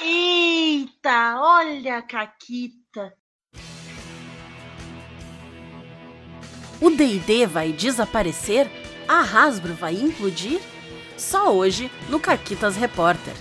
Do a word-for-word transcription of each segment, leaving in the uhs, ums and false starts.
Eita, olha a caquita. O D e D vai desaparecer? A Hasbro vai implodir? Só hoje no Caquitas Repórter.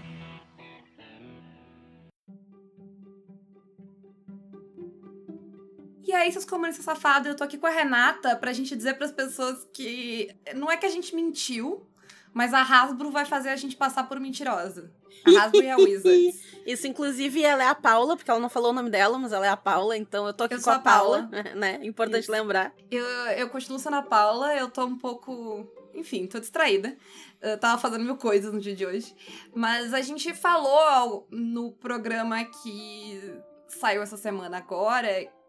E aí, seus comunistas safados, eu tô aqui com a Renata pra gente dizer pras pessoas que não é que a gente mentiu, mas a Hasbro vai fazer a gente passar por mentirosa. A Hasbro e a Wizards. Isso, inclusive, ela é a Paula, porque ela não falou o nome dela, mas ela é a Paula, então eu tô aqui Eu com sou a a Paula. Paula, né? Importante Isso. lembrar. Eu, eu continuo sendo a Paula, eu tô um pouco... Enfim, tô distraída. Eu tava fazendo mil coisas no dia de hoje. Mas a gente falou no programa que saiu essa semana agora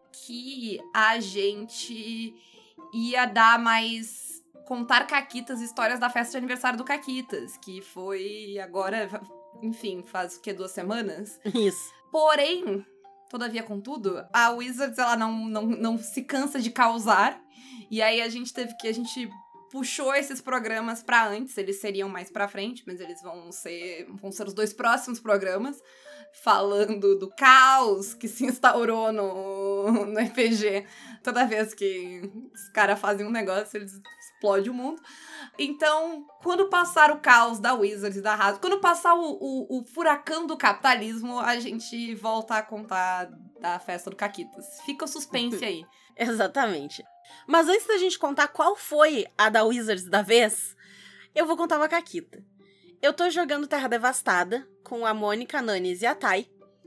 que a gente ia dar mais... contar Caquitas, histórias da festa de aniversário do Caquitas, que foi agora, enfim, faz o que, duas semanas? Isso. Porém, todavia, contudo, a Wizards, ela não, não, não se cansa de causar, e aí a gente teve que, a gente puxou esses programas pra antes, eles seriam mais pra frente, mas eles vão ser, vão ser os dois próximos programas, falando do caos que se instaurou no, no R P G. Toda vez que os caras fazem um negócio, eles explodem o mundo. Então, quando passar o caos da Wizards e da Hasbro, quando passar o, o, o furacão do capitalismo, a gente volta a contar da festa do Caquitas. Fica o suspense aí. Exatamente. Mas antes da gente contar qual foi a da Wizards da vez, eu vou contar uma caquita. Eu tô jogando Terra Devastada com a Mônica, a Nanis e a Thay.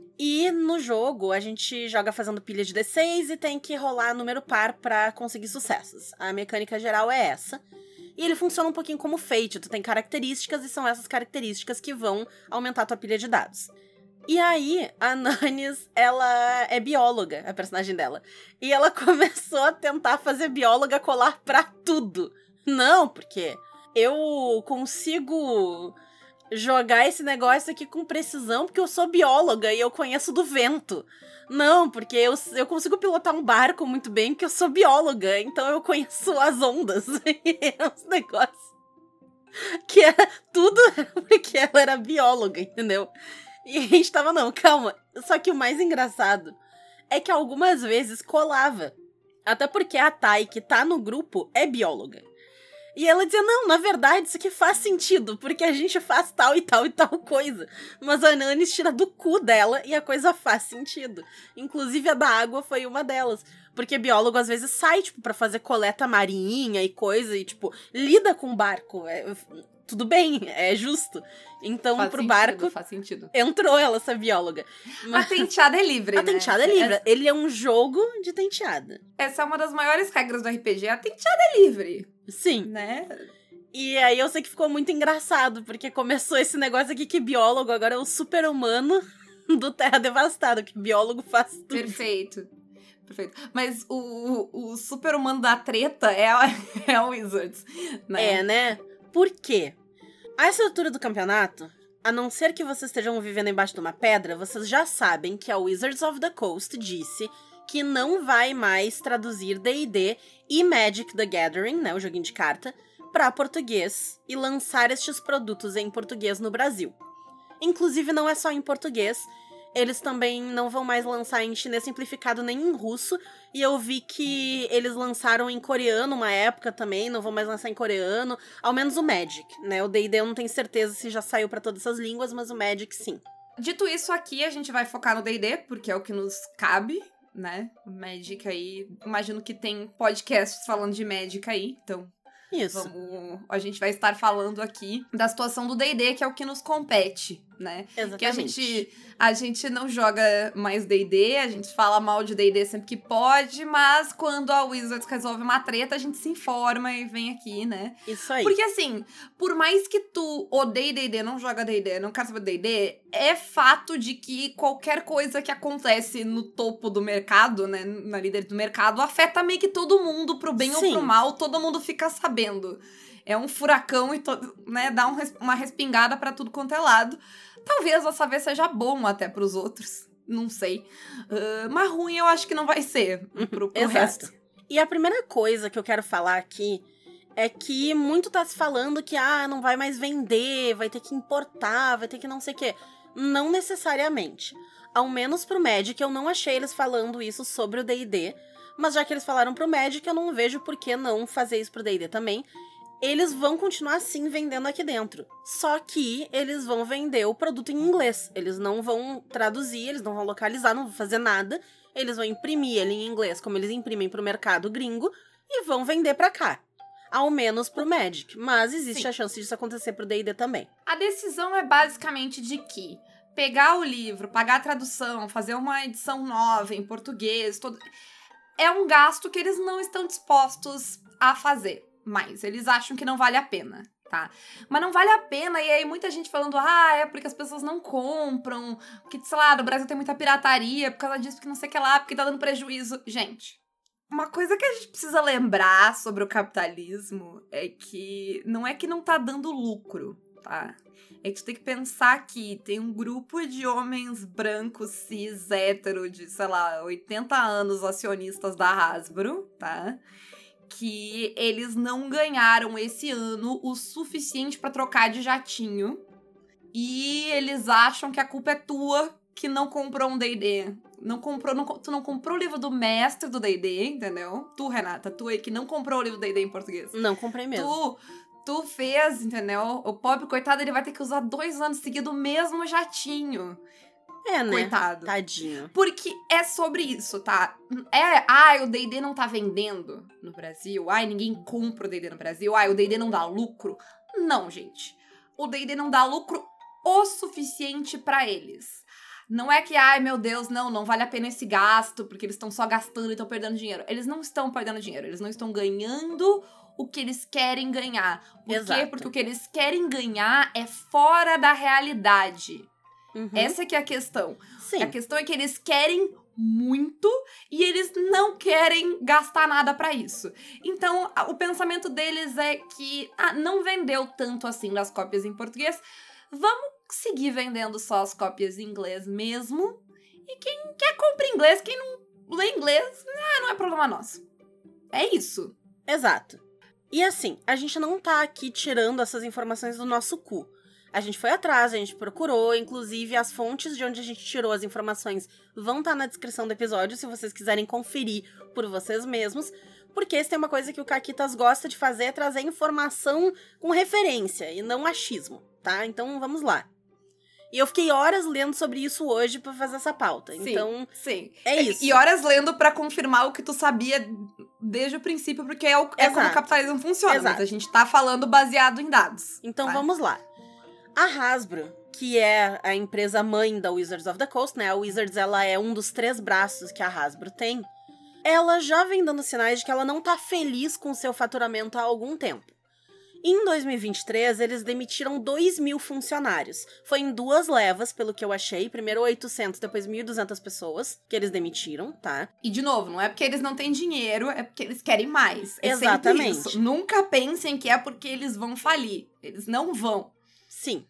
E no jogo, a gente joga fazendo pilha de D seis e tem que rolar número par pra conseguir sucessos. A mecânica geral é essa. E ele funciona um pouquinho como Fate. Tu tem características e são essas características que vão aumentar a tua pilha de dados. E aí, a Nanis, ela é bióloga, a personagem dela. E ela começou a tentar fazer bióloga colar pra tudo. Não, porque eu consigo jogar esse negócio aqui com precisão porque eu sou bióloga e eu conheço do vento. Não, porque eu, eu consigo pilotar um barco muito bem porque eu sou bióloga, então eu conheço as ondas. E é uns negócios que era tudo porque ela era bióloga, entendeu? E a gente tava, não, calma. Só que o mais engraçado é que algumas vezes colava. Até porque a Thay, que tá no grupo, é bióloga. E ela dizia, não, na verdade, isso aqui faz sentido, porque a gente faz tal e tal e tal coisa. Mas a Nanis tira do cu dela e a coisa faz sentido. Inclusive, a da água foi uma delas. Porque biólogo, às vezes, sai, tipo, pra fazer coleta marinha e coisa, e, tipo, lida com barco. É, tudo bem, é justo. Então, faz pro sentido, barco, faz sentido. Entrou ela, essa bióloga. Mas... A tenteada é livre, a né? A tenteada é livre. Essa... Ele é um jogo de tenteada. Essa é uma das maiores regras do R P G, a tenteada é livre. Sim. Né? E aí eu sei que ficou muito engraçado, porque começou esse negócio aqui que biólogo agora é o super-humano do Terra Devastada, que biólogo faz tudo. Perfeito. Perfeito. Mas o, o super-humano da treta é a, é a Wizards, né? É, né? Por quê? A essa altura do campeonato, a não ser que vocês estejam vivendo embaixo de uma pedra, vocês já sabem que a Wizards of the Coast disse que não vai mais traduzir D e D e Magic the Gathering, né, o joguinho de carta, para português e lançar estes produtos em português no Brasil. Inclusive, não é só em português, eles também não vão mais lançar em chinês simplificado nem em russo, e eu vi que eles lançaram em coreano uma época também, não vão mais lançar em coreano, ao menos o Magic, né, o D e D eu não tenho certeza se já saiu para todas essas línguas, mas o Magic sim. Dito isso, aqui a gente vai focar no D e D, porque é o que nos cabe, né, Magic aí, imagino que tem podcasts falando de Magic aí, então... Isso. Vamos, a gente vai estar falando aqui da situação do D e D, que é o que nos compete, né? Exatamente. Que a gente, a gente não joga mais D e D, a gente fala mal de D e D sempre que pode, mas quando a Wizards resolve uma treta, a gente se informa e vem aqui, né? Isso aí. Porque assim, por mais que tu odeie D e D, não joga D e D, não quer saber D e D, é fato de que qualquer coisa que acontece no topo do mercado, né, na líder do mercado, afeta meio que todo mundo, pro bem Sim. ou pro mal, todo mundo fica sabendo. É um furacão e todo, né, dá um, uma respingada pra tudo quanto é lado. Talvez dessa vez seja bom até pros outros, não sei. Uh, mas ruim eu acho que não vai ser pro, pro resto. E a primeira coisa que eu quero falar aqui é que muito tá se falando que, ah, não vai mais vender, vai ter que importar, vai ter que não sei o quê. Não necessariamente. Ao menos pro Magic, eu não achei eles falando isso sobre o D e D, mas já que eles falaram pro Magic, eu não vejo por que não fazer isso pro D e D também. Eles vão continuar, sim, vendendo aqui dentro. Só que eles vão vender o produto em inglês. Eles não vão traduzir, eles não vão localizar, não vão fazer nada. Eles vão imprimir ele em inglês, como eles imprimem pro mercado gringo, e vão vender pra cá. Ao menos pro Magic. Mas existe sim. a chance disso acontecer pro D e D também. A decisão é basicamente de que pegar o livro, pagar a tradução, fazer uma edição nova em português, todo... é um gasto que eles não estão dispostos a fazer. Mas eles acham que não vale a pena, tá? Mas não vale a pena, e aí muita gente falando, ah, é porque as pessoas não compram, porque, sei lá, no Brasil tem muita pirataria, por causa disso, porque não sei o que lá, porque tá dando prejuízo. Gente, uma coisa que a gente precisa lembrar sobre o capitalismo é que não é que não tá dando lucro, tá? É que tu tem que pensar que tem um grupo de homens brancos, cis, hétero, de, sei lá, oitenta anos acionistas da Hasbro, tá? Que eles não ganharam esse ano o suficiente pra trocar de jatinho. E eles acham que a culpa é tua que não comprou um D e D. Não comprou, não, tu não comprou o livro do mestre do D e D, entendeu? Tu, Renata, tu aí que não comprou o livro do D e D em português. Não comprei mesmo. Tu, tu fez, entendeu? O pobre coitado, ele vai ter que usar dois anos seguidos o mesmo jatinho. É, né? Coitado. Tadinho. Porque é sobre isso, tá? É, ai, o D e D não tá vendendo no Brasil. Ai, ninguém compra o D e D no Brasil. Ai, o D e D não dá lucro. Não, gente. O D e D não dá lucro o suficiente pra eles. Não é que, ai, meu Deus, não, não vale a pena esse gasto, porque eles estão só gastando e estão perdendo dinheiro. Eles não estão perdendo dinheiro. Eles não estão ganhando o que eles querem ganhar. Por Exato. quê? Porque o que eles querem ganhar é fora da realidade. Uhum. Essa que é a questão. Sim. A questão é que eles querem muito e eles não querem gastar nada pra isso. Então, o pensamento deles é que ah, não vendeu tanto assim das cópias em português, vamos seguir vendendo só as cópias em inglês mesmo. E quem quer compra em inglês, quem não lê inglês, ah, não é problema nosso. É isso. Exato. E assim, a gente não tá aqui tirando essas informações do nosso cu. A gente foi atrás, a gente procurou, inclusive as fontes de onde a gente tirou as informações vão estar na descrição do episódio, se vocês quiserem conferir por vocês mesmos, porque se tem uma coisa que o Caquitas gosta de fazer é trazer informação com referência e não achismo, tá? Então vamos lá. E eu fiquei horas lendo sobre isso hoje pra fazer essa pauta, Sim, então sim. é isso. E horas lendo pra confirmar o que tu sabia desde o princípio, porque é, o, é como o capitalismo funciona, Exato. mas a gente tá falando baseado em dados. Então tá? vamos lá. A Hasbro, que é a empresa mãe da Wizards of the Coast, né? A Wizards, ela é um dos três braços que a Hasbro tem. Ela já vem dando sinais de que ela não tá feliz com o seu faturamento há algum tempo. Em dois mil e vinte e três, eles demitiram dois mil funcionários. Foi em duas levas, pelo que eu achei. Primeiro oitocentos, depois mil e duzentas pessoas que eles demitiram, tá? E, de novo, não é porque eles não têm dinheiro, é porque eles querem mais. É Exatamente. Sempre isso. Nunca pensem que é porque eles vão falir. Eles não vão. Sim.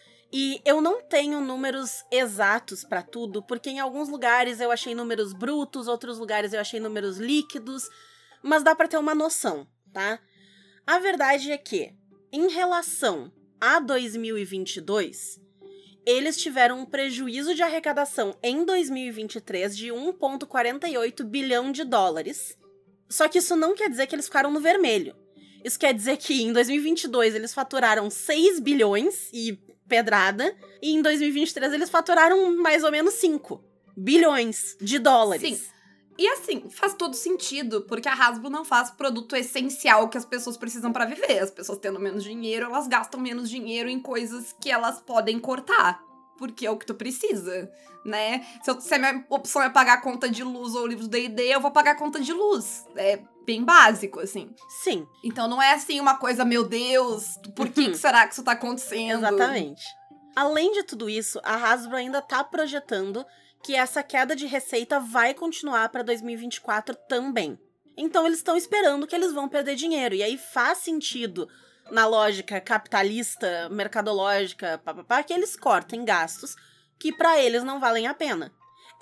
E eu não tenho números exatos pra tudo, porque em alguns lugares eu achei números brutos, outros lugares eu achei números líquidos, mas dá pra ter uma noção, tá? A verdade é que, em relação a dois mil e vinte e dois, eles tiveram um prejuízo de arrecadação em dois mil e vinte e três de um vírgula quarenta e oito bilhão de dólares. Só que isso não quer dizer que eles ficaram no vermelho. Isso quer dizer que em dois mil e vinte e dois eles faturaram seis bilhões e pedrada, e em dois mil e vinte e três eles faturaram mais ou menos cinco bilhões de dólares. Sim. E assim, faz todo sentido, porque a Hasbro não faz produto essencial que as pessoas precisam pra viver. As pessoas tendo menos dinheiro, elas gastam menos dinheiro em coisas que elas podem cortar, porque é o que tu precisa, né? Se, eu, se a minha opção é pagar a conta de luz ou o livro do D e D, eu vou pagar a conta de luz. É bem básico, assim. Sim. Então não é assim uma coisa, meu Deus, por que, que será que isso tá acontecendo? Exatamente. Além de tudo isso, a Hasbro ainda tá projetando que essa queda de receita vai continuar para dois mil e vinte e quatro também. Então eles estão esperando que eles vão perder dinheiro. E aí faz sentido, na lógica capitalista, mercadológica, papapá, que eles cortem gastos que para eles não valem a pena.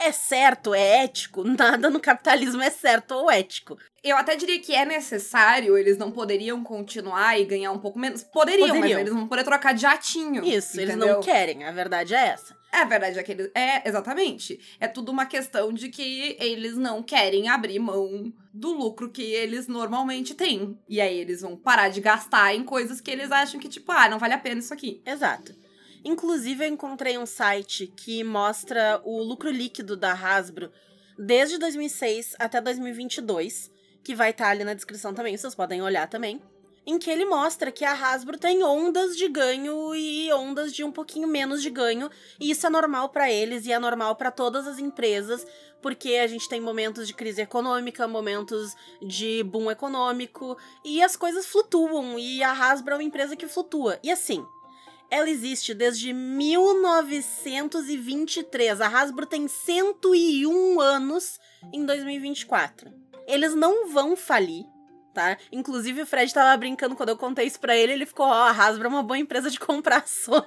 É certo, é ético, nada no capitalismo é certo ou ético. Eu até diria que é necessário, eles não poderiam continuar e ganhar um pouco menos. Poderiam, Poderiam. mas eles não poderiam trocar de jatinho. Isso, entendeu? eles não querem, a verdade é essa. É, a verdade é que eles... É, exatamente. É tudo uma questão de que eles não querem abrir mão do lucro que eles normalmente têm. E aí eles vão parar de gastar em coisas que eles acham que, tipo, ah, não vale a pena isso aqui. Exato. Inclusive, eu encontrei um site que mostra o lucro líquido da Hasbro desde dois mil e seis até dois mil e vinte e dois, que vai estar ali na descrição também, vocês podem olhar também, em que ele mostra que a Hasbro tem ondas de ganho e ondas de um pouquinho menos de ganho, e isso é normal pra eles e é normal pra todas as empresas, porque a gente tem momentos de crise econômica, momentos de boom econômico, e as coisas flutuam, e a Hasbro é uma empresa que flutua. E assim, ela existe desde mil novecentos e vinte e três, a Hasbro tem cento e um anos em dois mil e vinte e quatro. Eles não vão falir, tá? Inclusive, o Fred tava brincando quando eu contei isso pra ele, ele ficou, ó, oh, a Hasbro é uma boa empresa de comprar ações.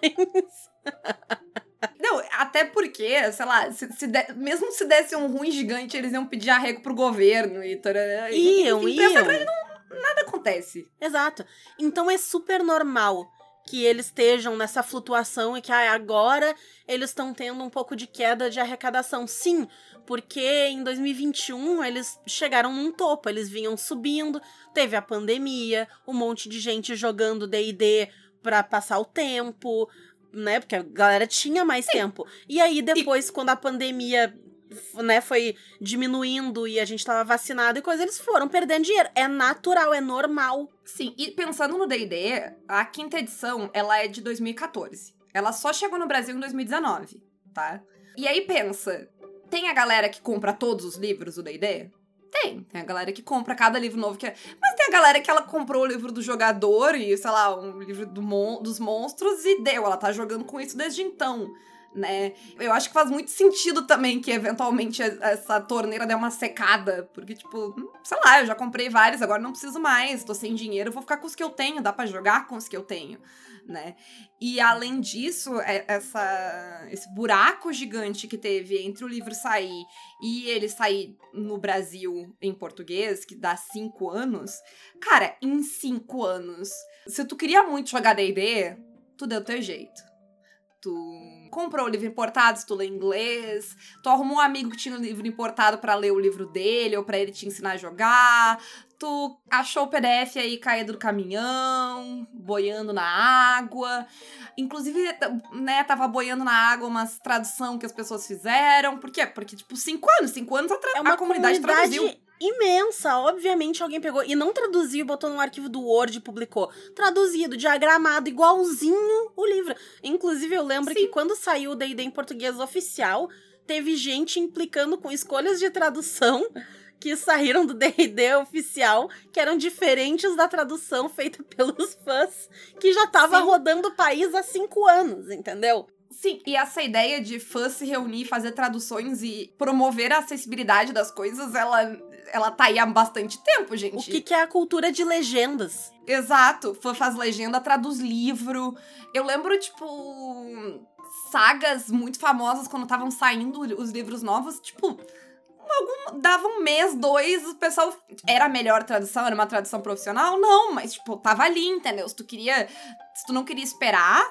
Não, até porque, sei lá, se, se de, mesmo se desse um ruim gigante, eles iam pedir arrego pro governo e... Tarará, Iam, enfim, iam. Não, nada acontece. Exato. Então é super normal que eles estejam nessa flutuação e que ah, agora eles estão tendo um pouco de queda de arrecadação. Sim, porque em dois mil e vinte e um eles chegaram num topo, eles vinham subindo, teve a pandemia, um monte de gente jogando D e D pra passar o tempo, né, porque a galera tinha mais Sim. tempo. E aí depois, e... quando a pandemia, né, foi diminuindo e a gente tava vacinado e coisa, eles foram perdendo dinheiro. É natural, é normal. Sim, e pensando no D e D, a quinta edição, ela é de dois mil e catorze. Ela só chegou no Brasil em dois mil e dezenove, tá? E aí pensa, tem a galera que compra todos os livros do D e D? Tem. Tem a galera que compra cada livro novo que é... Mas tem a galera que ela comprou o livro do jogador e, sei lá, um livro do mon... dos monstros e deu. Ela tá jogando com isso desde então, né? Eu acho que faz muito sentido também que, eventualmente, essa torneira dê uma secada. Porque, tipo, sei lá, eu já comprei vários, agora não preciso mais. Tô sem dinheiro, vou ficar com os que eu tenho. Dá pra jogar com os que eu tenho, né? E, além disso, essa, esse buraco gigante que teve entre o livro sair e ele sair no Brasil em português, que dá cinco anos... Cara, em cinco anos, se tu queria muito jogar D e D, tu deu teu jeito. Tu comprou o livro importado, se tu lê inglês, tu arrumou um amigo que tinha um livro importado pra ler o livro dele, ou pra ele te ensinar a jogar, tu achou o P D F aí caído do caminhão, boiando na água, inclusive, né, tava boiando na água umas tradução que as pessoas fizeram, por quê? Porque, tipo, cinco anos, cinco anos a, tra- é uma a comunidade, comunidade traduziu. Imensa, obviamente alguém pegou e não traduziu, botou no arquivo do Word e publicou. Traduzido, diagramado, igualzinho o livro. Inclusive, eu lembro Sim. que quando saiu o D e D em português oficial, teve gente implicando com escolhas de tradução que saíram do D e D oficial, que eram diferentes da tradução feita pelos fãs, que já tava Sim. rodando o país há cinco anos, entendeu? Sim, e essa ideia de fãs se reunir, fazer traduções e promover a acessibilidade das coisas, ela, ela tá aí há bastante tempo, gente. O que, que é a cultura de legendas? Exato, fã faz legenda, traduz livro. Eu lembro, tipo, sagas muito famosas quando estavam saindo os livros novos, tipo... Algum, dava um mês, dois, o pessoal... Era a melhor tradução? Era uma tradução profissional? Não, mas, tipo, tava ali, entendeu? Se tu queria... Se tu não queria esperar...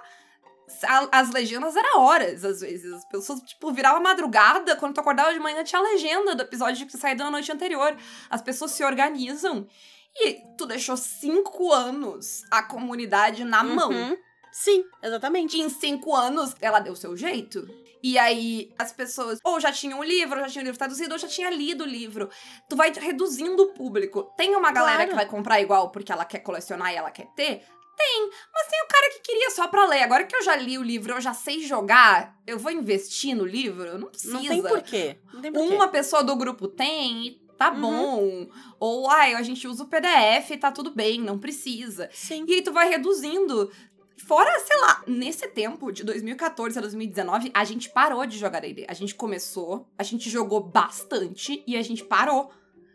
As legendas eram horas, às vezes. As pessoas, tipo, viravam madrugada. Quando tu acordava de manhã, tinha a legenda do episódio que saiu na noite anterior. As pessoas se organizam. E tu deixou cinco anos a comunidade na uhum. mão. Sim, exatamente. E em cinco anos, ela deu o seu jeito. E aí, as pessoas ou já tinham o livro, ou já tinham o livro traduzido, ou já tinha lido o livro. Tu vai reduzindo o público. Tem uma galera claro. que vai comprar igual porque ela quer colecionar e ela quer ter... Tem, mas tem o cara que queria só pra ler. Agora que eu já li o livro, eu já sei jogar, eu vou investir no livro? Não precisa. Não tem porquê. Não tem porquê. Uma pessoa do grupo tem e tá uhum. bom. Ou, ai, a gente usa o P D F e tá tudo bem, não precisa. Sim. E aí tu vai reduzindo. Fora, sei lá, nesse tempo, de dois mil e catorze a dois mil e dezenove, a gente parou de jogar D e D. A gente começou, a gente jogou bastante e a gente parou.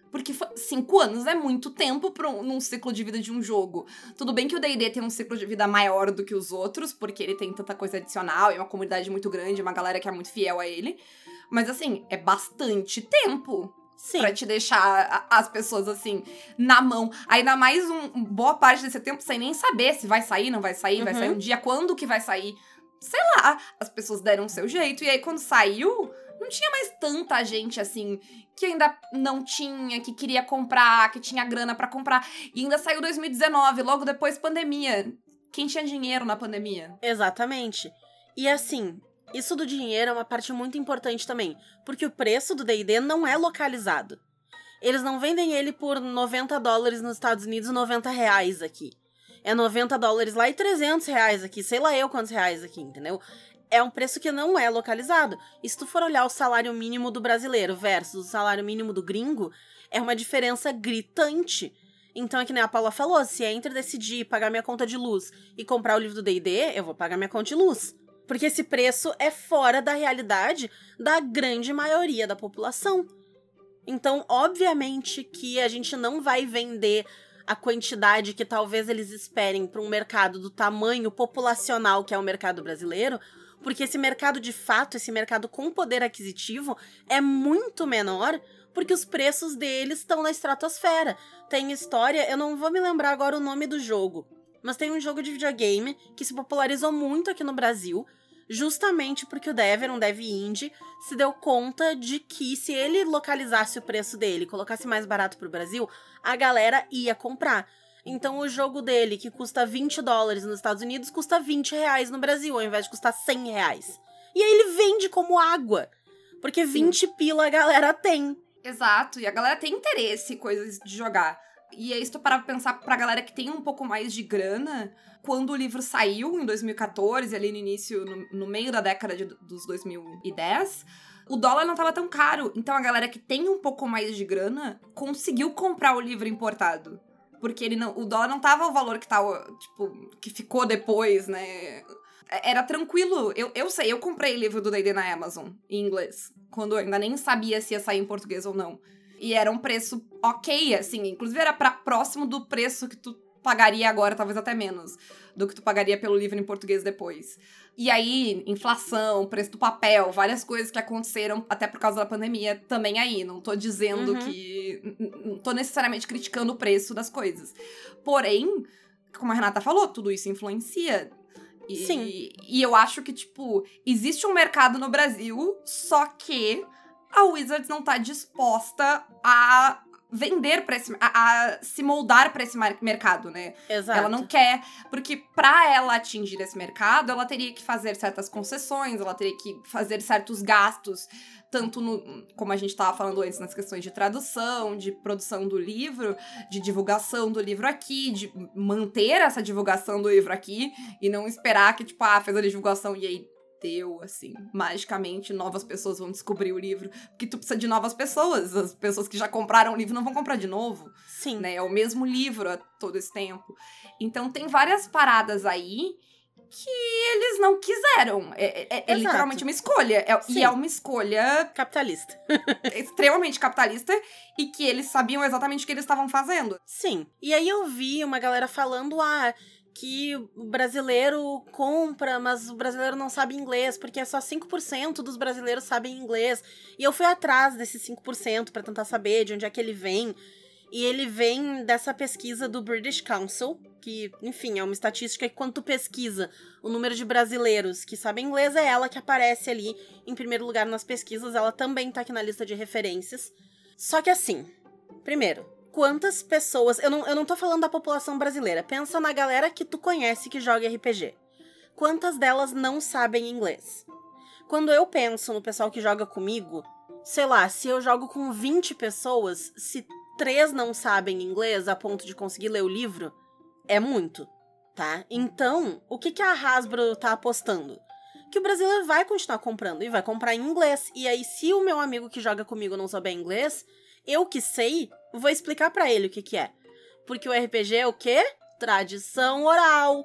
Porque cinco anos é muito tempo pra um, num ciclo de vida de um jogo. Tudo bem que o D e D tem um ciclo de vida maior do que os outros, porque ele tem tanta coisa adicional, e uma comunidade muito grande, uma galera que é muito fiel a ele. Mas, assim, é bastante tempo. Sim. Pra te deixar as pessoas, assim, na mão. Ainda mais um, boa parte desse tempo sem nem saber se vai sair, não vai sair, uhum. vai sair um dia, quando que vai sair. Sei lá, as pessoas deram o seu jeito. E aí, quando saiu, não tinha mais tanta gente, assim, que ainda não tinha, que queria comprar, que tinha grana pra comprar. E ainda saiu dois mil e dezenove, logo depois pandemia. Quem tinha dinheiro na pandemia? Exatamente. E assim, isso do dinheiro é uma parte muito importante também, porque o preço do D e D não é localizado. Eles não vendem ele por noventa dólares nos Estados Unidos e noventa reais aqui. É noventa dólares lá e trezentos reais aqui, sei lá eu quantos reais aqui, entendeu? É um preço que não é localizado. E se tu for olhar o salário mínimo do brasileiro versus o salário mínimo do gringo, é uma diferença gritante. Então é que nem a Paula falou, se é entre decidir pagar minha conta de luz e comprar o livro do D e D, eu vou pagar minha conta de luz. Porque esse preço é fora da realidade da grande maioria da população. Então, obviamente que a gente não vai vender a quantidade que talvez eles esperem para um mercado do tamanho populacional que é o mercado brasileiro, porque esse mercado de fato, esse mercado com poder aquisitivo é muito menor, porque os preços deles estão na estratosfera. Tem história, eu não vou me lembrar agora o nome do jogo, mas tem um jogo de videogame que se popularizou muito aqui no Brasil, justamente porque o dev, era um dev indie, se deu conta de que se ele localizasse o preço dele, colocasse mais barato pro Brasil, a galera ia comprar. Então o jogo dele, que custa vinte dólares nos Estados Unidos, custa vinte reais no Brasil, ao invés de custar cem reais. E aí ele vende como água, porque vinte pila a galera tem. Exato, e a galera tem interesse em coisas de jogar. E é isso, tu parar pra pensar pra galera que tem um pouco mais de grana, quando o livro saiu, em dois mil e catorze, ali no início, no, no meio da década de, dos dois mil e dez, o dólar não tava tão caro. Então a galera que tem um pouco mais de grana conseguiu comprar o livro importado. Porque ele não, o dólar não tava o valor que tava, tipo, que ficou depois, né? Era tranquilo. Eu, eu sei, eu comprei o livro do D e D na Amazon, em inglês, quando eu ainda nem sabia se ia sair em português ou não. E era um preço ok, assim, inclusive era pra, próximo do preço que tu pagaria agora, talvez até menos, do que tu pagaria pelo livro em português depois. E aí, inflação, preço do papel, várias coisas que aconteceram até por causa da pandemia também aí. Não tô dizendo uhum. que... Não tô necessariamente criticando o preço das coisas. Porém, como a Renata falou, tudo isso influencia. E, Sim. E eu acho que, tipo, existe um mercado no Brasil, só que a Wizards não tá disposta a vender pra esse... A, a se moldar pra esse mercado, né? Exato. Ela não quer... Porque pra ela atingir esse mercado, ela teria que fazer certas concessões, ela teria que fazer certos gastos, tanto no... Como a gente tava falando antes, nas questões de tradução, de produção do livro, de divulgação do livro aqui, de manter essa divulgação do livro aqui, e não esperar que, tipo, ah, fez a divulgação e aí deu, assim, magicamente novas pessoas vão descobrir o livro, porque tu precisa de novas pessoas, as pessoas que já compraram o livro não vão comprar de novo. Sim. Né? É o mesmo livro há todo esse tempo. Então tem várias paradas aí que eles não quiseram. É, é, é literalmente uma escolha. É, e é uma escolha... capitalista. extremamente capitalista, e que eles sabiam exatamente o que eles estavam fazendo. Sim. E aí eu vi uma galera falando, ah... que o brasileiro compra, mas o brasileiro não sabe inglês, porque é só cinco por cento dos brasileiros sabem inglês. E eu fui atrás desses cinco por cento pra tentar saber de onde é que ele vem. E ele vem dessa pesquisa do British Council, que, enfim, é uma estatística que quando tu pesquisa o número de brasileiros que sabem inglês, é ela que aparece ali em primeiro lugar nas pesquisas. Ela também tá aqui na lista de referências. Só que assim, primeiro... quantas pessoas... Eu não, eu não tô falando da população brasileira. Pensa na galera que tu conhece que joga R P G. Quantas delas não sabem inglês? Quando eu penso no pessoal que joga comigo, sei lá, se eu jogo com vinte pessoas, se três não sabem inglês a ponto de conseguir ler o livro, é muito, tá? Então, o que, que a Hasbro tá apostando? Que o brasileiro vai continuar comprando e vai comprar em inglês. E aí, se o meu amigo que joga comigo não souber inglês... eu que sei, vou explicar pra ele o que que é. Porque o R P G é o quê? Tradição oral.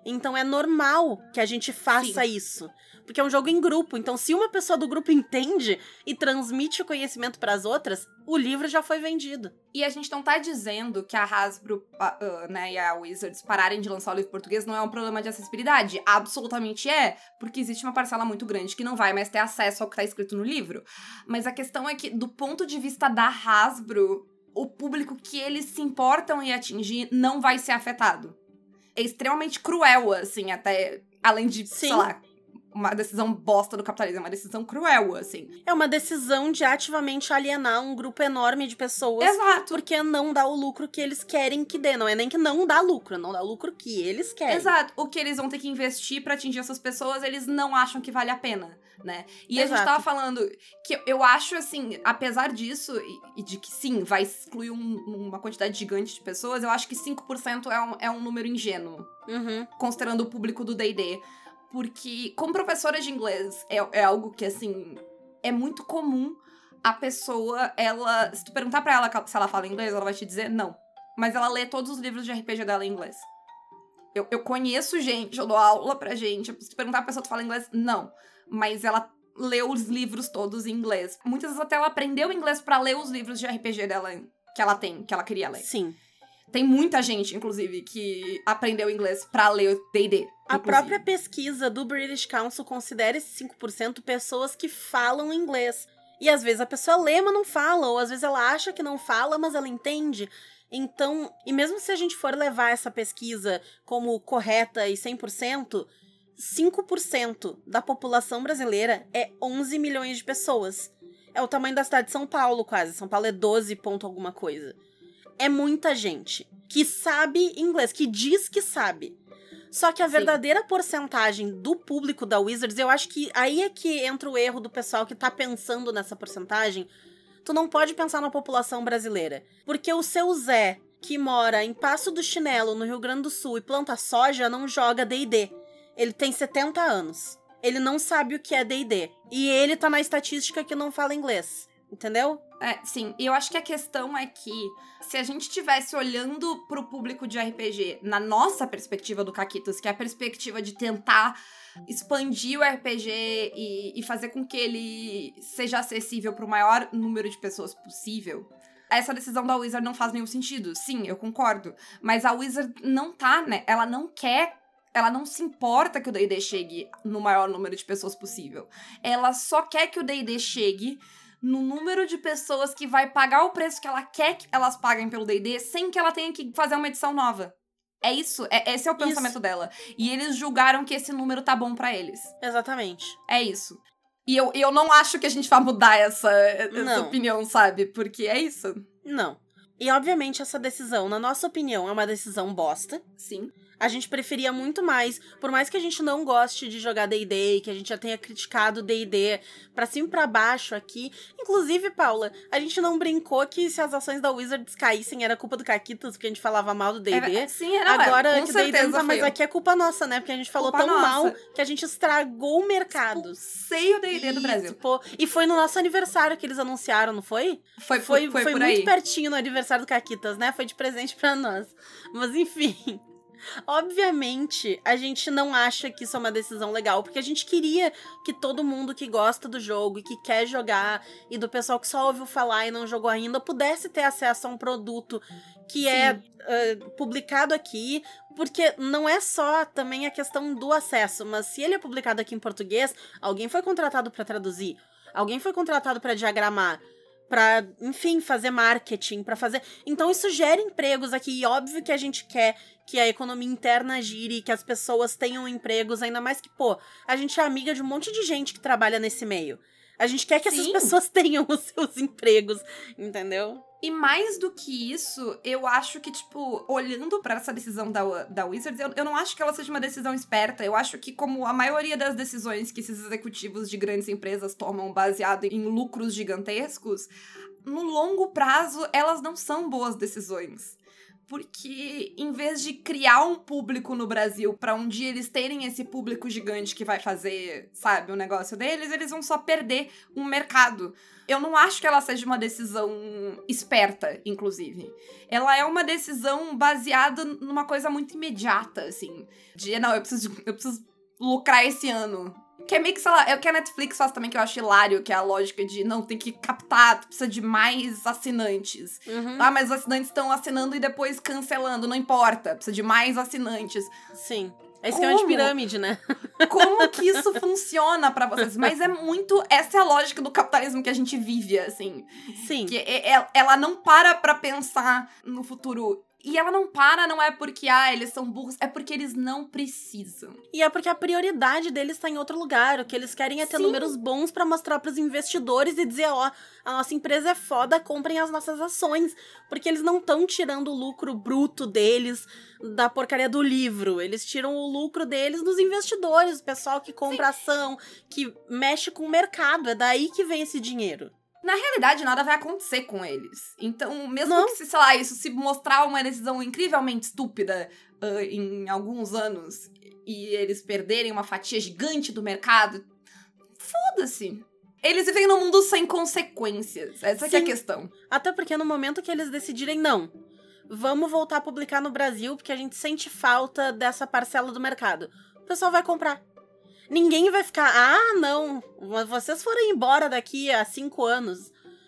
Então é normal que a gente faça Sim. isso. Porque é um jogo em grupo. Então, se uma pessoa do grupo entende e transmite o conhecimento pras outras, o livro já foi vendido. E a gente não tá dizendo que a Hasbro uh, né, e a Wizards pararem de lançar o livro português não é um problema de acessibilidade. Absolutamente é, porque existe uma parcela muito grande que não vai mais ter acesso ao que tá escrito no livro. Mas a questão é que, do ponto de vista da Hasbro, o público que eles se importam em atingir não vai ser afetado. É extremamente cruel, assim, até, além de, Sim. sei lá, uma decisão bosta do capitalismo, é uma decisão cruel, assim. É uma decisão de ativamente alienar um grupo enorme de pessoas. Exato. Porque não dá o lucro que eles querem que dê. Não é nem que não dá lucro, não dá o lucro que eles querem. Exato. O que eles vão ter que investir pra atingir essas pessoas, eles não acham que vale a pena, né? E Exato. a gente tava falando que eu acho, assim, apesar disso, e, e de que sim, vai excluir um, uma quantidade gigante de pessoas, eu acho que cinco por cento é um, é um número ingênuo, Uhum. considerando o público do D e D. Porque, como professora de inglês, é, é algo que, assim, é muito comum a pessoa, ela... Se tu perguntar pra ela se ela fala inglês, ela vai te dizer não. Mas ela lê todos os livros de R P G dela em inglês. Eu, eu conheço gente, eu dou aula pra gente. Se tu perguntar pra pessoa, tu fala inglês? Não. Mas ela leu os livros todos em inglês. Muitas vezes até ela aprendeu inglês pra ler os livros de R P G dela, que ela tem, que ela queria ler. Sim. Tem muita gente, inclusive, que aprendeu inglês pra ler o D e D. A inclusive. própria pesquisa do British Council considera esses cinco por cento pessoas que falam inglês. E às vezes a pessoa lê, mas não fala, ou às vezes ela acha que não fala, mas ela entende. Então, e mesmo se a gente for levar essa pesquisa como correta e cem por cento, cinco por cento da população brasileira é onze milhões de pessoas. É o tamanho da cidade de São Paulo, quase. São Paulo é doze ponto alguma coisa. É muita gente que sabe inglês, que diz que sabe. Só que a Sim. verdadeira porcentagem do público da Wizards, eu acho que aí é que entra o erro do pessoal que tá pensando nessa porcentagem. Tu não pode pensar na população brasileira. Porque o seu Zé, que mora em Passo do Chinelo, no Rio Grande do Sul, e planta soja, não joga D e D. Ele tem setenta anos. Ele não sabe o que é D e D. E ele tá na estatística que não fala inglês. Entendeu? É, sim. E eu acho que a questão é que se a gente estivesse olhando pro público de R P G na nossa perspectiva do Caquitas, que é a perspectiva de tentar expandir o R P G e, e fazer com que ele seja acessível pro maior número de pessoas possível, essa decisão da Wizard não faz nenhum sentido. Sim, eu concordo. Mas a Wizard não tá, né? Ela não quer... Ela não se importa que o D e D chegue no maior número de pessoas possível. Ela só quer que o D e D chegue no número de pessoas que vai pagar o preço que ela quer que elas paguem pelo D e D sem que ela tenha que fazer uma edição nova. É isso, é, esse é o pensamento Isso. dela. E eles julgaram que esse número tá bom pra eles. Exatamente. É isso. E eu, eu não acho que a gente vai mudar essa, essa Não. opinião, sabe? Porque é isso. Não. E, obviamente, essa decisão, na nossa opinião, é uma decisão bosta. Sim. A gente preferia muito mais, por mais que a gente não goste de jogar D e D, que a gente já tenha criticado D e D pra cima e pra baixo aqui. Inclusive, Paula, a gente não brincou que se as ações da Wizards caíssem era culpa do Caquitas, porque a gente falava mal do D e D. É, sim, era. Agora com que o D e D certeza não tá mais foi eu. aqui, é culpa nossa, né? Porque a gente falou Culpa tão nossa. mal que a gente estragou o mercado. Sei o D e D do Isso, Brasil. pô. E foi no nosso aniversário que eles anunciaram, não foi? Foi, Foi, foi, foi por muito aí. pertinho no aniversário do Caquitas, né? Foi de presente pra nós. Mas enfim. Obviamente, a gente não acha que isso é uma decisão legal, porque a gente queria que todo mundo que gosta do jogo e que quer jogar, e do pessoal que só ouviu falar e não jogou ainda, pudesse ter acesso a um produto que Sim. é uh, publicado aqui, porque não é só também a questão do acesso, mas se ele é publicado aqui em português, alguém foi contratado pra traduzir, alguém foi contratado pra diagramar, pra, enfim, fazer marketing, pra fazer... Então isso gera empregos aqui, e óbvio que a gente quer que a economia interna gire, que as pessoas tenham empregos, ainda mais que, pô, a gente é amiga de um monte de gente que trabalha nesse meio. A gente quer que essas Sim. pessoas tenham os seus empregos, entendeu? E mais do que isso, eu acho que, tipo, olhando pra essa decisão da, da Wizards, eu, eu não acho que ela seja uma decisão esperta. Eu acho que, como a maioria das decisões que esses executivos de grandes empresas tomam baseado em lucros gigantescos, no longo prazo, elas não são boas decisões. porque em vez de criar um público no Brasil pra um dia eles terem esse público gigante que vai fazer, sabe, o negócio deles, eles vão só perder um mercado. Eu não acho que ela seja uma decisão esperta, inclusive. Ela é uma decisão baseada numa coisa muito imediata, assim. De, não, eu preciso, eu preciso lucrar esse ano. Que é meio que, sei lá, é o que a Netflix faz também, que eu acho hilário, que é a lógica de, não, tem que captar, precisa de mais assinantes. Uhum. Ah, mas os assinantes estão assinando e depois cancelando, não importa, precisa de mais assinantes. Sim. É esquema de pirâmide, né? Como que isso funciona pra vocês? Mas é muito... Essa é a lógica do capitalismo que a gente vive, assim. Sim. Que é, é, ela não para pra pensar no futuro. E ela não para, não é porque, ah, eles são burros, é porque eles não precisam. E é porque a prioridade deles tá em outro lugar. O que eles querem é ter Sim. números bons pra mostrar pros investidores e dizer, ó, a nossa empresa é foda, comprem as nossas ações. Porque eles não estão tirando o lucro bruto deles da porcaria do livro. Eles tiram o lucro deles dos investidores, o pessoal que compra Sim. ação, que mexe com o mercado. É daí que vem esse dinheiro. Na realidade, nada vai acontecer com eles. Então, mesmo não. que, se, sei lá, isso se mostrar uma decisão incrivelmente estúpida uh, em alguns anos e eles perderem uma fatia gigante do mercado, foda-se. Eles vivem num mundo sem consequências. Essa que é a questão. Até porque no momento que eles decidirem, não, vamos voltar a publicar no Brasil porque a gente sente falta dessa parcela do mercado, o pessoal vai comprar. Ninguém vai ficar, ah, não, vocês forem embora daqui a cinco anos.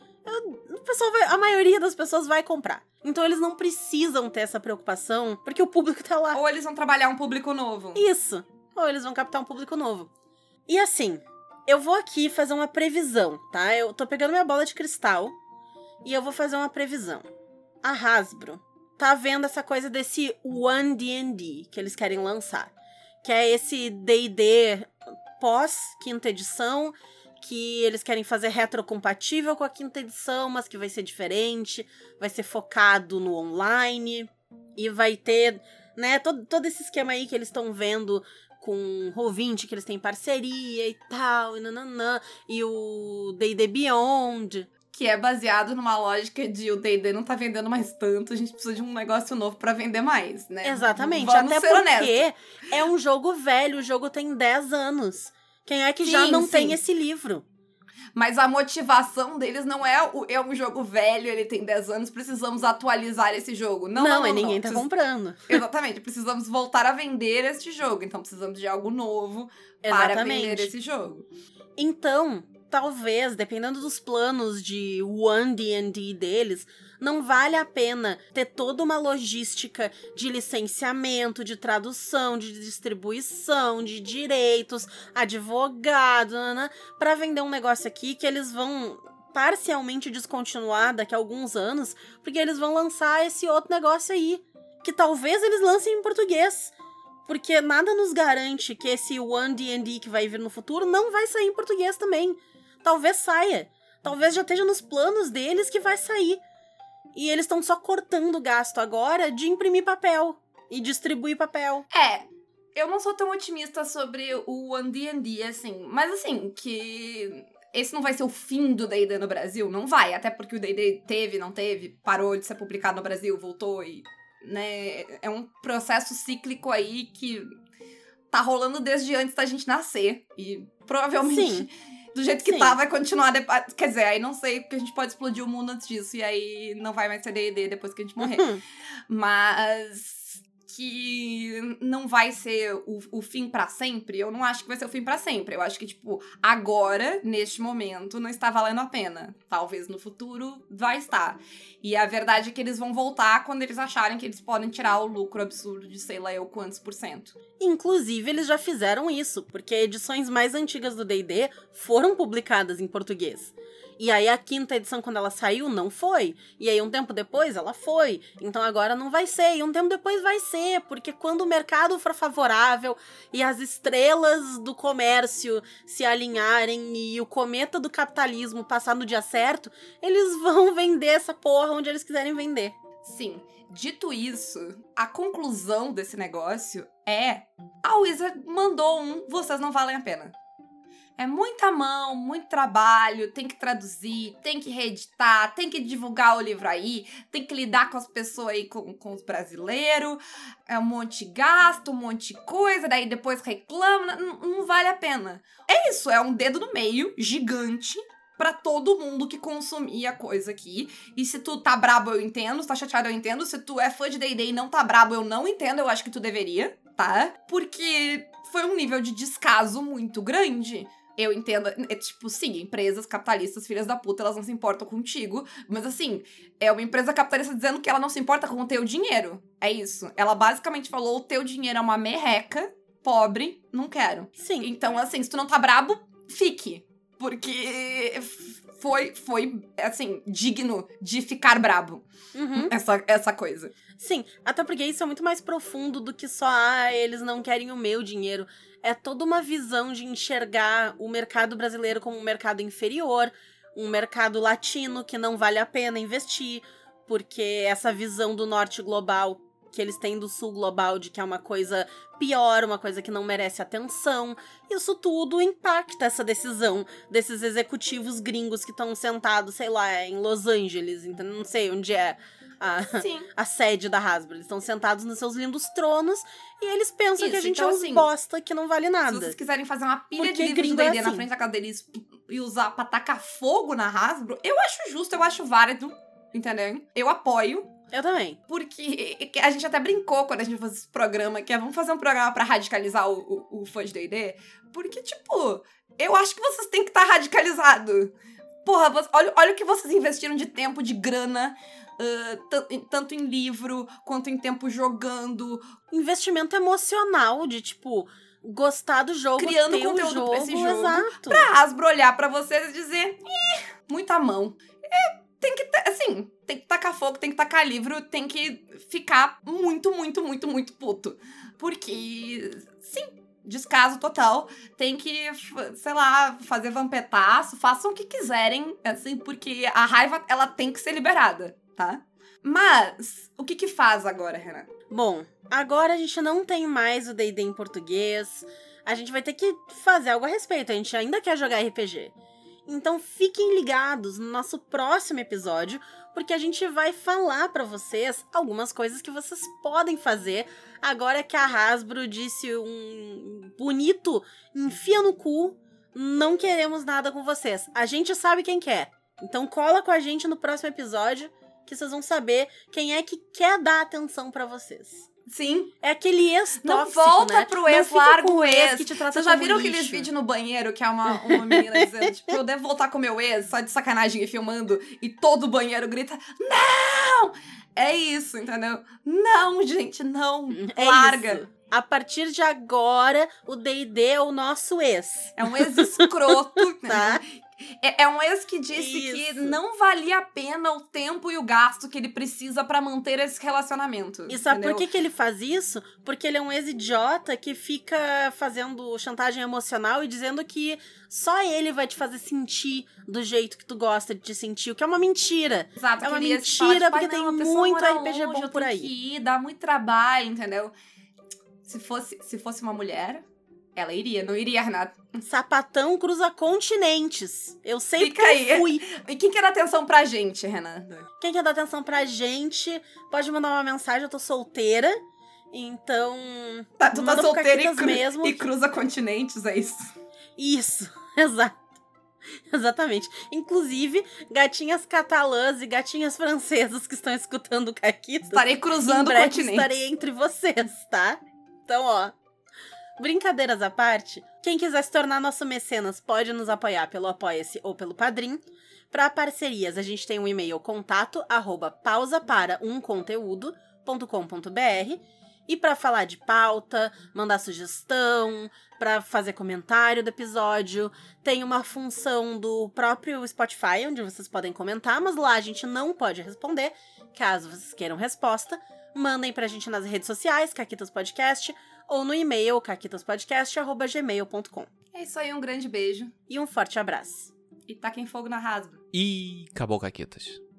O pessoal vai, a maioria das pessoas vai comprar. Então eles não precisam ter essa preocupação, porque o público tá lá. Ou eles vão trabalhar um público novo. Isso. Ou eles vão captar um público novo. E assim, eu vou aqui fazer uma previsão, tá? Eu tô pegando minha bola de cristal e eu vou fazer uma previsão. A Hasbro tá vendo essa coisa desse One D and D que eles querem lançar. Que é esse D e D pós-quinta edição, que eles querem fazer retrocompatível com a quinta edição, mas que vai ser diferente, vai ser focado no online, e vai ter, né, todo, todo esse esquema aí que eles estão vendo com o roll vinte, que eles têm parceria e tal, e nananã, e o D e D Beyond... Que é baseado numa lógica de o D e D não tá vendendo mais tanto, a gente precisa de um negócio novo pra vender mais, né? Exatamente, Vamos até ser porque honestos. É um jogo velho, o jogo tem dez anos. Quem é que sim, já não sim. tem esse livro? Mas a motivação deles não é, o, é um jogo velho, ele tem dez anos, precisamos atualizar esse jogo. Não, não, não, não é ninguém não. tá Precis... comprando. Exatamente, precisamos voltar a vender este jogo, então precisamos de algo novo Exatamente. para vender esse jogo. Então... Talvez, dependendo dos planos de One D and D deles, não vale a pena ter toda uma logística de licenciamento, de tradução, de distribuição, de direitos, advogado, né, para vender um negócio aqui que eles vão parcialmente descontinuar daqui a alguns anos, porque eles vão lançar esse outro negócio aí, que talvez eles lancem em português. Porque nada nos garante que esse One D and D que vai vir no futuro não vai sair em português também. Talvez saia. Talvez já esteja nos planos deles que vai sair. E eles estão só cortando o gasto agora de imprimir papel e distribuir papel. É, eu não sou tão otimista sobre o One D and D, assim. Mas, assim, que esse não vai ser o fim do D e D no Brasil? Não vai. Até porque o D e D teve, não teve, parou de ser publicado no Brasil, voltou e... né, é um processo cíclico aí que tá rolando desde antes da gente nascer. E provavelmente... Sim. Do jeito que Sim. tá, vai continuar depois. Quer dizer, aí não sei, porque a gente pode explodir o mundo antes disso. E aí não vai mais ser D e D depois que a gente morrer. Uhum. Mas que não vai ser o, o fim pra sempre. Eu não acho que vai ser o fim pra sempre. Eu acho que, tipo, agora, neste momento, não está valendo a pena. Talvez no futuro vai estar. E a verdade é que eles vão voltar quando eles acharem que eles podem tirar o lucro absurdo de sei lá eu quantos por cento. Inclusive, eles já fizeram isso, porque edições mais antigas do D e D foram publicadas em português. E aí a quinta edição, quando ela saiu, não foi. E aí um tempo depois, ela foi. Então agora não vai ser. E um tempo depois vai ser, porque quando o mercado for favorável e as estrelas do comércio se alinharem e o cometa do capitalismo passar no dia certo, eles vão vender essa porra onde eles quiserem vender. Sim. Dito isso, a conclusão desse negócio é... A Wizard mandou um, vocês não valem a pena. É muita mão, muito trabalho, tem que traduzir, tem que reeditar, tem que divulgar o livro aí, tem que lidar com as pessoas aí, com, com os brasileiros, é um monte de gasto, um monte de coisa, daí depois reclama, não, não vale a pena. É isso, é um dedo no meio, gigante, pra todo mundo que consumir a coisa aqui. E se tu tá brabo, eu entendo, se tá chateado, eu entendo, se tu é fã de D e D e não tá brabo, eu não entendo, eu acho que tu deveria, tá? Porque foi um nível de descaso muito grande. Eu entendo, é tipo, sim, empresas capitalistas, filhas da puta, elas não se importam contigo, mas assim, é uma empresa capitalista dizendo que ela não se importa com o teu dinheiro. É isso. Ela basicamente falou, o teu dinheiro é uma merreca, pobre, não quero. Sim. Então, assim, se tu não tá brabo, fique. Porque foi, foi assim, digno de ficar brabo. Uhum. Essa, essa coisa. Sim, até porque isso é muito mais profundo do que só, ah, eles não querem o meu dinheiro. É toda uma visão de enxergar o mercado brasileiro como um mercado inferior, um mercado latino que não vale a pena investir, porque essa visão do norte global que eles têm do sul global de que é uma coisa pior, uma coisa que não merece atenção, isso tudo impacta essa decisão desses executivos gringos que estão sentados, sei lá, em Los Angeles, então não sei onde é a, a sede da Hasbro. Eles estão sentados nos seus lindos tronos e eles pensam Isso, que a gente então, é uns assim, bosta que não vale nada. Se vocês quiserem fazer uma pilha Porque de livros de gringo é D e D na assim. frente da casa deles e usar pra tacar fogo na Hasbro, eu acho justo, eu acho válido, entendeu? Eu apoio. Eu também. Porque a gente até brincou quando a gente fez esse programa, que é vamos fazer um programa pra radicalizar o, o, o fã de D e D. Porque, tipo, eu acho que vocês têm que estar tá radicalizados. Porra, você, olha, olha o que vocês investiram de tempo, de grana, uh, t- tanto em livro quanto em tempo jogando. Investimento emocional de, tipo, gostar do jogo, Criando ter conteúdo o jogo, pra esse jogo. exato. Pra Hasbro olhar pra vocês e dizer, ih, muita mão. É, tem que, ter, assim, tem que tacar fogo, tem que tacar livro, tem que ficar muito, muito, muito, muito puto. Porque, sim, descaso total. Tem que, sei lá, fazer vampetaço, façam o que quiserem, assim, porque a raiva, ela tem que ser liberada, tá? Mas, o que que faz agora, Renan? Bom, agora a gente não tem mais o D e D em português. A gente vai ter que fazer algo a respeito. A gente ainda quer jogar R P G. Então fiquem ligados no nosso próximo episódio, porque a gente vai falar pra vocês algumas coisas que vocês podem fazer agora que a Hasbro disse um bonito enfia no cu, não queremos nada com vocês. A gente sabe quem quer. Então cola com a gente no próximo episódio que vocês vão saber quem é que quer dar atenção pra vocês. Sim. É aquele ex-tóxico, Não volta né? pro ex, Não fica larga com o ex. que te trata Vocês já como viram lixo. aqueles vídeos no banheiro que é uma, uma menina dizendo, tipo, eu devo voltar com meu ex, só de sacanagem e filmando, e todo o banheiro grita, não! É isso, entendeu? Não, gente, não. É Larga. isso. A partir de agora, o D e D é o nosso ex. É um ex escroto, Tá? É, é um ex que disse Isso. que não valia a pena o tempo e o gasto que ele precisa pra manter esse relacionamento. E sabe entendeu? por que, que ele faz isso? Porque ele é um ex-idiota que fica fazendo chantagem emocional e dizendo que só ele vai te fazer sentir do jeito que tu gosta de te sentir, o que é uma mentira. Exato, É uma aquele ex que mentira, fala, tipo, porque "Ai, tem não, a pessoa muito mora R P G longe, bom eu por tenho aí." que ir, dá muito trabalho, entendeu? Se fosse, se fosse uma mulher, ela iria, não iria, Renata. Sapatão cruza continentes. Eu sei Fica porque aí. eu fui. E quem quer dar atenção pra gente, Renata? Quem quer dar atenção pra gente, pode mandar uma mensagem, eu tô solteira. Então, Tá, tu tá manda pro solteira e, Caquitas cru- mesmo. e cruza continentes, é isso? Isso, exato. Exatamente. Inclusive, gatinhas catalãs e gatinhas francesas que estão escutando o Caquitas. Estarei cruzando em breve continentes. estarei entre vocês, tá? Então, ó, brincadeiras à parte, quem quiser se tornar nosso mecenas pode nos apoiar pelo Apoia-se ou pelo Padrim. Para parcerias, a gente tem um e-mail contato arroba pausa para um conteúdo ponto com ponto br. E para falar de pauta, mandar sugestão, para fazer comentário do episódio, tem uma função do próprio Spotify, onde vocês podem comentar, mas lá a gente não pode responder. Caso vocês queiram resposta, mandem pra gente nas redes sociais, Caquitas Podcast, ou no e-mail, caquitaspodcast arroba gmail ponto com. É isso aí, um grande beijo. E um forte abraço. E taquem fogo na Hasbro. E acabou, Caquetas.